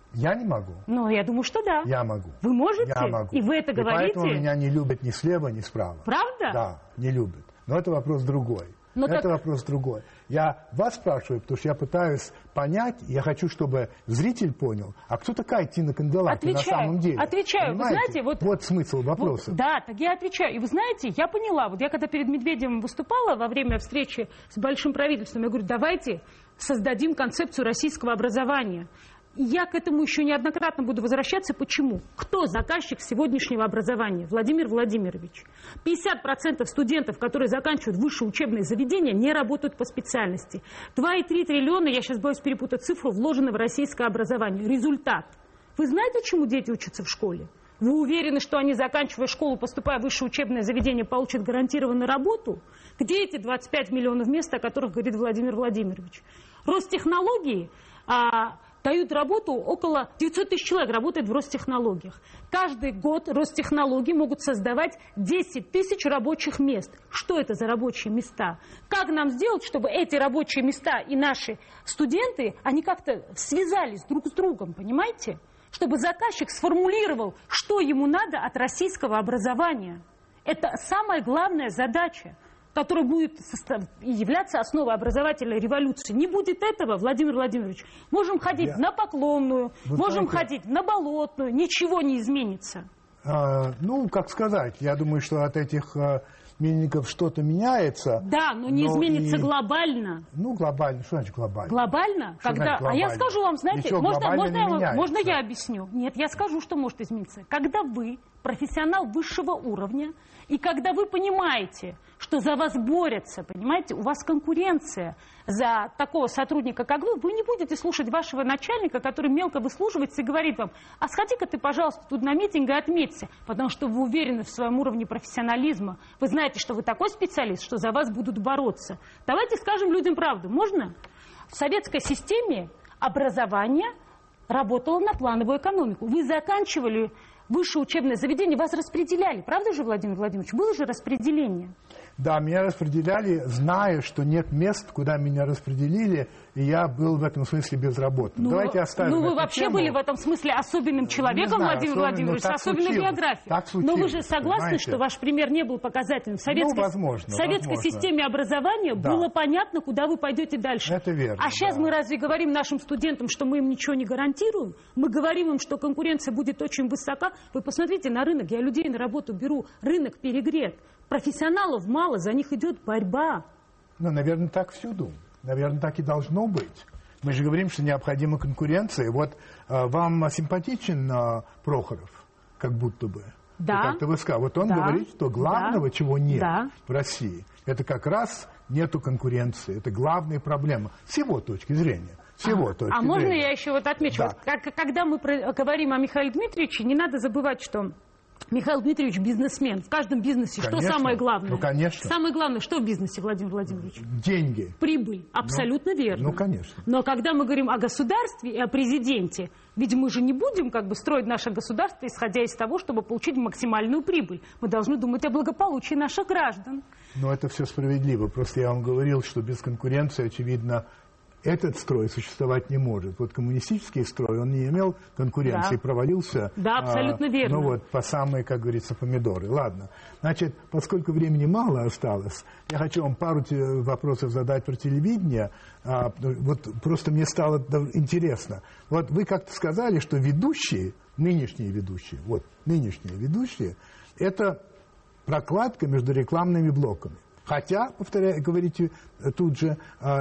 Я не могу. Ну, я думаю, что да. Я могу. Вы можете? Я могу. И вы это и говорите? Поэтому меня не любят ни слева, ни справа. Правда? Да, не любят. Но это вопрос другой. Но это так... вопрос другой. Я вас спрашиваю, потому что я пытаюсь понять, я хочу, чтобы зритель понял, а кто такая Тина Канделаки на самом деле? Отвечаю. Вы знаете, вот, вот смысл вопроса. Вот, да, так я отвечаю. И вы знаете, я поняла, вот я когда перед Медведевым выступала во время встречи с большим правительством, я говорю, давайте создадим концепцию российского образования. И я к этому еще неоднократно буду возвращаться. Почему? Кто заказчик сегодняшнего образования? Владимир Владимирович. пятьдесят процентов студентов, которые заканчивают высшее учебное заведение, не работают по специальности. два и три триллиона, я сейчас боюсь перепутать цифру, вложено в российское образование. Результат. Вы знаете, чему дети учатся в школе? Вы уверены, что они, заканчивая школу, поступая в высшее учебное заведение, получат гарантированную работу? Где эти двадцать пять миллионов мест, о которых говорит Владимир Владимирович? Ростехнологии... А, дают работу, около девятьсот тысяч человек работает в Ростехнологиях. Каждый год Ростехнологии могут создавать десять тысяч рабочих мест. Что это за рабочие места? Как нам сделать, чтобы эти рабочие места и наши студенты, они как-то связались друг с другом, понимаете? Чтобы заказчик сформулировал, что ему надо от российского образования. Это самая главная задача, которая будет являться основой образовательной революции. Не будет этого, Владимир Владимирович. Можем ходить Я... на Поклонную, Вы можем знаете... ходить на Болотную, ничего не изменится. А, ну, как сказать, я думаю, что от этих а, мельников что-то меняется. Да, но не но изменится и... глобально. Ну, глобально, что значит глобально? Глобально? Что Когда... значит глобально? А я скажу вам, знаете, Ничего можно, можно, можно я объясню? Нет, я скажу, что может измениться. Когда вы профессионал высшего уровня, и когда вы понимаете, что за вас борются, понимаете, у вас конкуренция за такого сотрудника, как вы, вы не будете слушать вашего начальника, который мелко выслуживается и говорит вам, а сходи-ка ты, пожалуйста, тут на митинг и отметься, потому что вы уверены в своем уровне профессионализма. Вы знаете, что вы такой специалист, что за вас будут бороться. Давайте скажем людям правду. Можно? В советской системе образование работало на плановую экономику. Вы заканчивали высшее учебное заведение, вас распределяли. Правда же, Владимир Владимирович? Было же распределение. Да, меня распределяли, зная, что нет мест, куда меня распределили, и я был в этом смысле безработным. Ну, Давайте оставим Ну, вы эту вообще тему. были в этом смысле особенным человеком, знаю, Владимир особенно, Владимирович, с особенной случилось, биографией. Но вы же согласны, понимаете? что ваш пример не был показательным? В советской, ну, возможно, в советской возможно. системе образования да. было понятно, куда вы пойдете дальше. Это верно. А сейчас да. мы разве говорим нашим студентам, что мы им ничего не гарантируем? Мы говорим им, что конкуренция будет очень высока. Вы посмотрите на рынок, я людей на работу беру, рынок перегрет. Профессионалов мало, за них идет борьба. Ну, наверное, так всюду. Наверное, так и должно быть. Мы же говорим, что необходима конкуренция. Вот а, вам симпатичен а, Прохоров, как будто бы. Да. Как-то вы сказали. Вот он да. говорит, что главного, да. чего нет да. в России, это как раз нету конкуренции. Это главная проблема с его точки зрения. С его а, точки а можно зрения. я еще вот отмечу? Да. Вот, как, когда мы про, говорим о Михаиле Дмитриевиче, не надо забывать, что Михаил Дмитриевич бизнесмен. В каждом бизнесе конечно. Что самое главное? Ну, конечно. Самое главное, что в бизнесе, Владимир Владимирович? Деньги. Прибыль. Абсолютно ну, верно. Ну, конечно. Но когда мы говорим о государстве и о президенте, ведь мы же не будем как бы строить наше государство, исходя из того, чтобы получить максимальную прибыль. Мы должны думать о благополучии наших граждан. Но это все справедливо. Просто я вам говорил, что без конкуренции, очевидно, этот строй существовать не может. Вот коммунистический строй, он не имел конкуренции, да. провалился. Да, абсолютно а, верно. Ну вот, по самые, как говорится, помидоры. Ладно. Значит, поскольку времени мало осталось, я хочу вам пару вопросов задать про телевидение. А, вот просто мне стало интересно. Вот вы как-то сказали, что ведущие, нынешние ведущие, вот, нынешние ведущие, это прокладка между рекламными блоками. Хотя, повторяю, говорите тут же,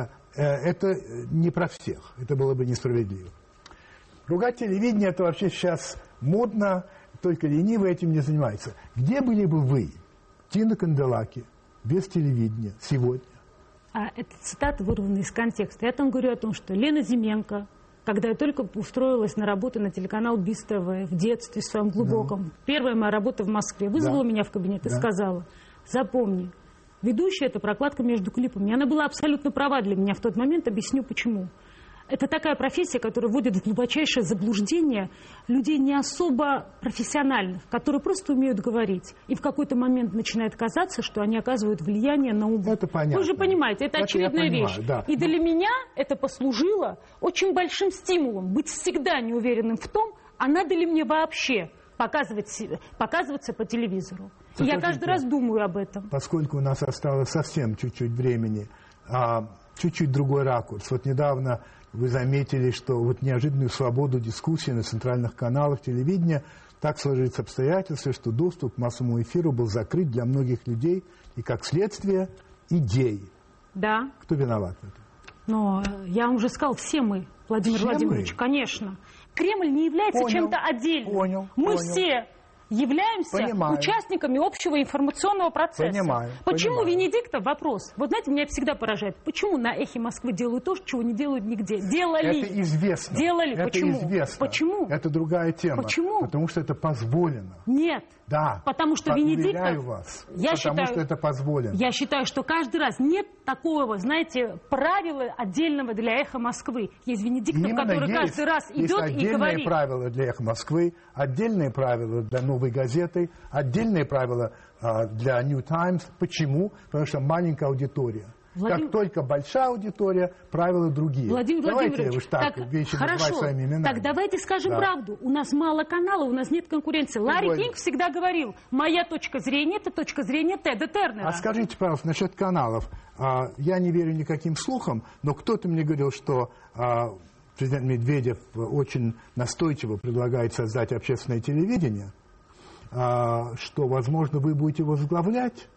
это не про всех. Это было бы несправедливо. Ругать телевидение — это вообще сейчас модно, только ленивый этим не занимается. Где были бы вы, Тина Канделаки, без телевидения сегодня? А это цитата вырвана из контекста. Я там говорю о том, что Лена Зименко, когда я только устроилась на работу на телеканал БИС-ТВ в детстве своем глубоком, да. первая моя работа в Москве, вызвала да. меня в кабинет и да. сказала: запомни, ведущая — это прокладка между клипами. И она была абсолютно права для меня в тот момент, объясню почему. Это такая профессия, которая вводит в глубочайшее заблуждение людей не особо профессиональных, которые просто умеют говорить. И в какой-то момент начинает казаться, что они оказывают влияние на ум. Это понятно. Вы же понимаете, это, это очевидная понимаю, вещь. Да. И для меня это послужило очень большим стимулом быть всегда неуверенным в том, а надо ли мне вообще показывать, показываться по телевизору. И я каждый раз думаю об этом. Поскольку у нас осталось совсем чуть-чуть времени, а, чуть-чуть другой ракурс. Вот недавно вы заметили, что вот неожиданную свободу дискуссии на центральных каналах телевидения так сложились обстоятельства, что доступ к массовому эфиру был закрыт для многих людей и, как следствие, идей. Да. Кто виноват в этом? Но я вам уже сказал, все мы, Владимир все Владимирович, мы? Конечно. Кремль не является Понял, чем-то отдельным. Понял, мы понял. все являемся Понимаю. участниками общего информационного процесса. Понимаю, Почему понимаю. Венедиктов? Вопрос. Вот знаете, меня всегда поражает. Почему на «Эхе Москвы» делают то, чего не делают нигде? Делали. Это известно. Делали. Это Почему? известно. Почему? Это другая тема. Почему? Потому что это позволено. Нет. Да. Потому что Уверяю Венедиктов... вас. Я потому считаю, что это позволено. Я считаю, что каждый раз нет такого, знаете, правила отдельного для «Эхо Москвы». Есть Венедиктов, Именно который есть, каждый раз есть идет и говорит. отдельные правила для «Эхо Москвы», отдельные правила для «Новой газеты», отдельные правила а, для «Нью Таймс». Почему? Потому что маленькая аудитория. Владимир... Как только большая аудитория, правила другие. Владимир давайте Владимирович, уж так, так, вещи хорошо, называть своими именами. так давайте скажем Да. правду. У нас мало каналов, у нас нет конкуренции. Ларри говорит? Кинг всегда говорил, моя точка зрения – это точка зрения Теда Тернера. А скажите, пожалуйста, насчет каналов. А, я не верю никаким слухам, но кто-то мне говорил, что а, президент Медведев очень настойчиво предлагает создать общественное телевидение, а, что, возможно, вы будете возглавлять.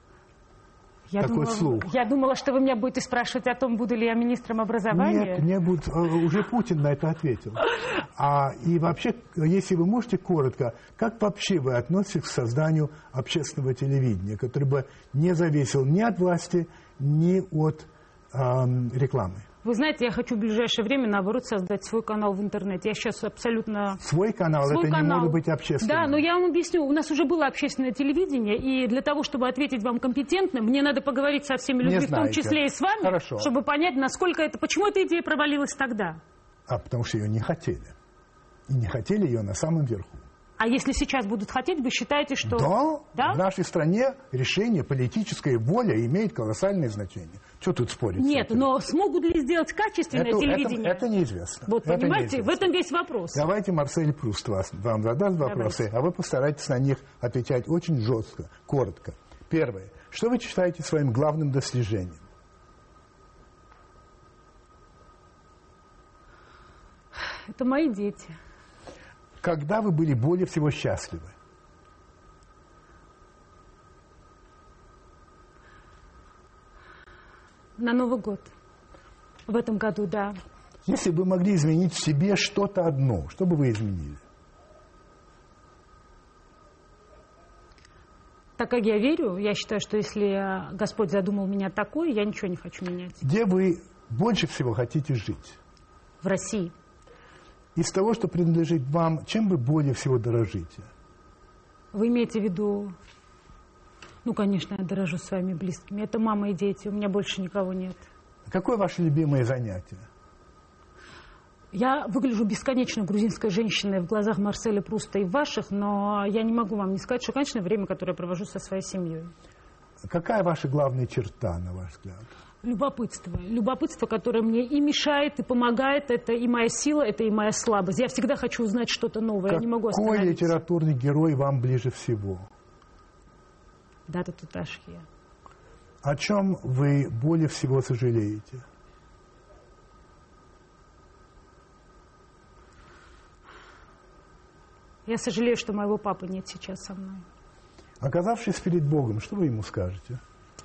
Я такой думала, слух. я думала, что вы меня будете спрашивать о том, буду ли я министром образования. Нет, не буду, уже Путин на это ответил. А, и вообще, если вы можете коротко, как вообще вы относитесь к созданию общественного телевидения, которое бы не зависело ни от власти, ни от эм, рекламы? Вы знаете, я хочу в ближайшее время, наоборот, создать свой канал в интернете. Я сейчас абсолютно... Свой канал, свой это канал. не может быть общественным. Да, но я вам объясню. У нас уже было общественное телевидение, и для того, чтобы ответить вам компетентно, мне надо поговорить со всеми людьми, в том числе и с вами, Хорошо. чтобы понять, насколько это... Почему эта идея провалилась тогда? А потому что ее не хотели. И не хотели ее на самом верху. А если сейчас будут хотеть, вы считаете, что... Да, Да? В нашей стране решение, политическая воля имеет колоссальное значение. Что тут спорить? Нет, но смогут ли сделать качественное это, телевидение? Это, это неизвестно. Вот, это понимаете, неизвестно. в этом весь вопрос. Давайте Марсель Пруст вас, вам задаст вопросы, Давайте. а вы постарайтесь на них отвечать очень жестко, коротко. Первое. Что вы считаете своим главным достижением? Это мои дети. Когда вы были более всего счастливы? На Новый год. В этом году, да. Если бы вы могли изменить в себе что-то одно, что бы вы изменили? Так как я верю, я считаю, что если Господь задумал меня такой, я ничего не хочу менять. Где вы больше всего хотите жить? В России. Из того, что принадлежит вам, чем вы более всего дорожите? Вы имеете в виду... Ну, конечно, я дорожу своими близкими. Это мама и дети. У меня больше никого нет. Какое ваше любимое занятие? Я выгляжу бесконечно грузинской женщиной в глазах Марселя Пруста и в ваших, но я не могу вам не сказать, что, конечно, время, которое я провожу со своей семьей. Какая ваша главная черта, на ваш взгляд? Любопытство. Любопытство, которое мне и мешает, и помогает. Это и моя сила, это и моя слабость. Я всегда хочу узнать что-то новое. Какой Я не могу остановиться. литературный герой вам ближе всего? Дата Туташхия. О чем вы более всего сожалеете? Я сожалею, что моего папы нет сейчас со мной. Оказавшись перед Богом, что вы ему скажете?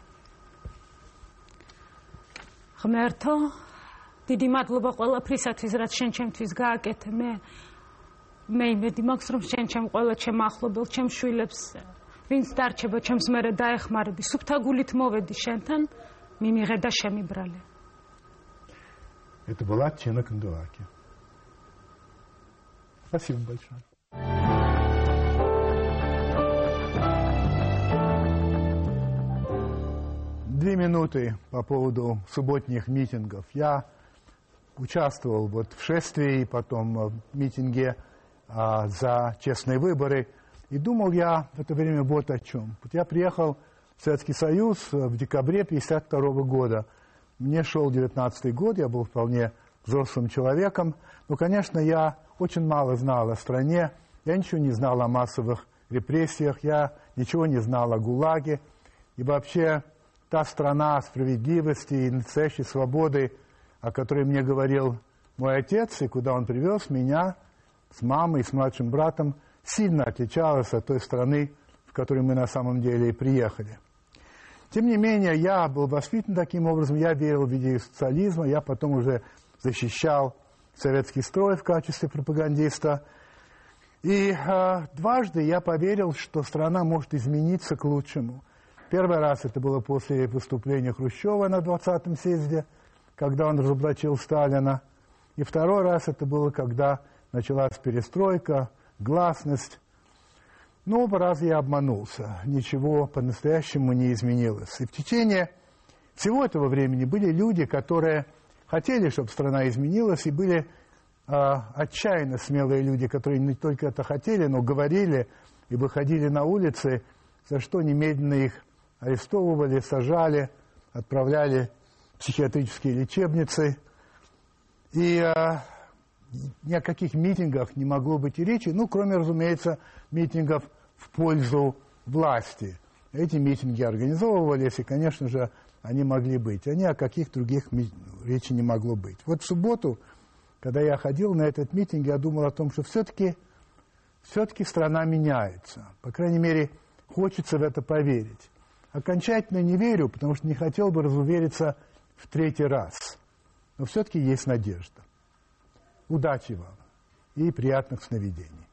Ღმერთო, დიდი მადლობა ყველაფრისათვის, რაც შენ ჩემთვის გააკეთე. მე მე იმედი მაქვს, რომ შენ ჩემ ყველა ჩემ ახლობელ, ჩემ შვილებს, ვინც დარჩება, ჩემს მერე დაეხმარები, სუფთა გულით მოვედი შენთან, მიმიღე და შემიბრალე. Это была Тина Канделаки. Спасибо большое. Две минуты по поводу субботних митингов. Я участвовал вот в шествии, потом в митинге а, за честные выборы. И думал я в это время вот о чем. Вот я приехал в Советский Союз в декабре тысяча девятьсот пятьдесят второго года. Мне шел девятнадцатый год, я был вполне взрослым человеком. Но, конечно, я очень мало знал о стране, я ничего не знал о массовых репрессиях, я ничего не знал о ГУЛАГе. И вообще та страна справедливости и настоящей свободы, о которой мне говорил мой отец, и куда он привез меня с мамой и с младшим братом, сильно отличалась от той страны, в которую мы на самом деле и приехали. Тем не менее, я был воспитан таким образом, я верил в идею социализма, я потом уже защищал советский строй в качестве пропагандиста. И э, дважды я поверил, что страна может измениться к лучшему. Первый раз это было после выступления Хрущева на двадцатом съезде, когда он разоблачил Сталина. И второй раз это было, когда началась перестройка, гласность. Но оба раза я обманулся. Ничего по-настоящему не изменилось. И в течение всего этого времени были люди, которые хотели, чтобы страна изменилась, и были э, отчаянно смелые люди, которые не только это хотели, но говорили и выходили на улицы, за что немедленно их арестовывали, сажали, отправляли в психиатрические лечебницы. И э, ни о каких митингах не могло быть и речи, ну, кроме, разумеется, митингов в пользу власти. Эти митинги организовывались, и, конечно же, они могли быть. А ни о каких других ми- речи не могло быть. Вот в субботу, когда я ходил на этот митинг, я думал о том, что все-таки, все-таки страна меняется. По крайней мере, хочется в это поверить. Окончательно не верю, потому что не хотел бы разувериться в третий раз. Но все-таки есть надежда. Удачи вам и приятных сновидений.